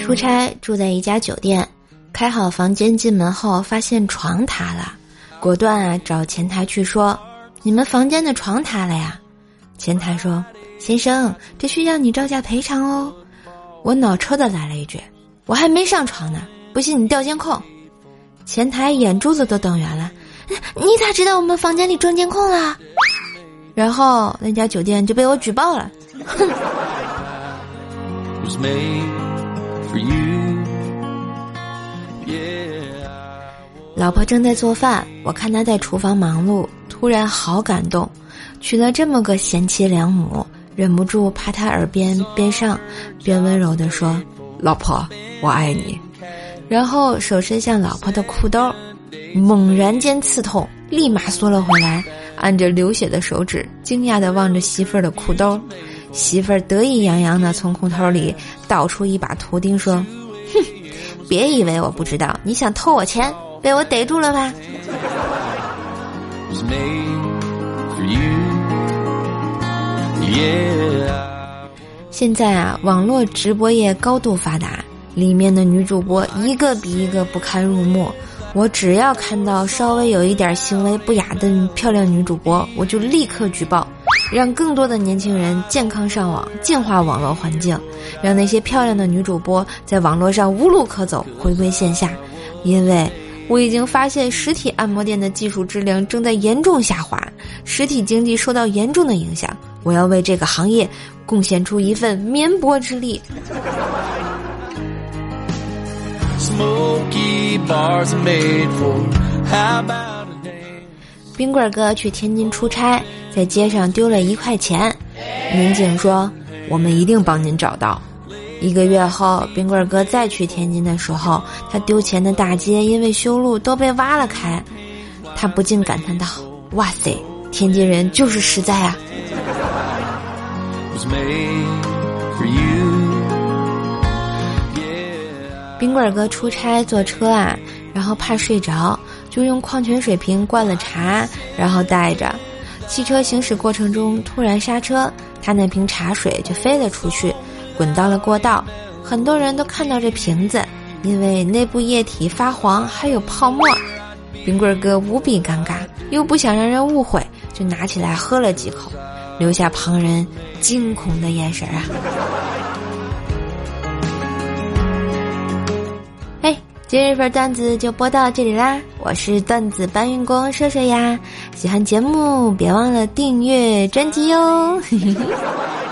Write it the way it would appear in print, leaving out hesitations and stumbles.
出差住在一家酒店，开好房间进门后发现床塌了，果断找前台去说，你们房间的床塌了呀。前台说，先生，这需要你照价赔偿哦。我脑抽的来了一句，我还没上床呢，不信你调监控。前台眼珠子都瞪圆了，你咋知道我们房间里装监控了？然后那家酒店就被我举报了。哼。老婆正在做饭，我看她在厨房忙碌，突然好感动，娶了这么个贤妻良母，忍不住趴她耳边边上边温柔地说，老婆我爱你。然后手伸向老婆的裤兜，猛然间刺痛，立马缩了回来，按着流血的手指惊讶地望着媳妇儿的裤兜。媳妇儿得意洋洋地从裤头里倒出一把图钉说，哼，别以为我不知道，你想偷我钱，被我逮住了吧。现在网络直播业高度发达，里面的女主播一个比一个不堪入目，我只要看到稍微有一点行为不雅的漂亮女主播，我就立刻举报，让更多的年轻人健康上网，净化网络环境，让那些漂亮的女主播在网络上无路可走，回归线下。因为我已经发现实体按摩店的技术质量正在严重下滑，实体经济受到严重的影响，我要为这个行业贡献出一份绵薄之力。冰棍哥去天津出差，在街上丢了1块钱，民警说，我们一定帮您找到。1个月后，冰棍哥再去天津的时候，他丢钱的大街因为修路都被挖了开，他不禁感叹道，哇塞，天津人就是实在啊。冰棍哥出差坐车然后怕睡着，就用矿泉水瓶灌了茶，然后带着。汽车行驶过程中突然刹车，他那瓶茶水就飞了出去，滚到了过道。很多人都看到这瓶子，因为内部液体发黄还有泡沫。冰棍哥无比尴尬，又不想让人误会，就拿起来喝了几口，留下旁人惊恐的眼神今日份段子就播到这里啦，我是段子搬运工射射呀，喜欢节目别忘了订阅专辑哟。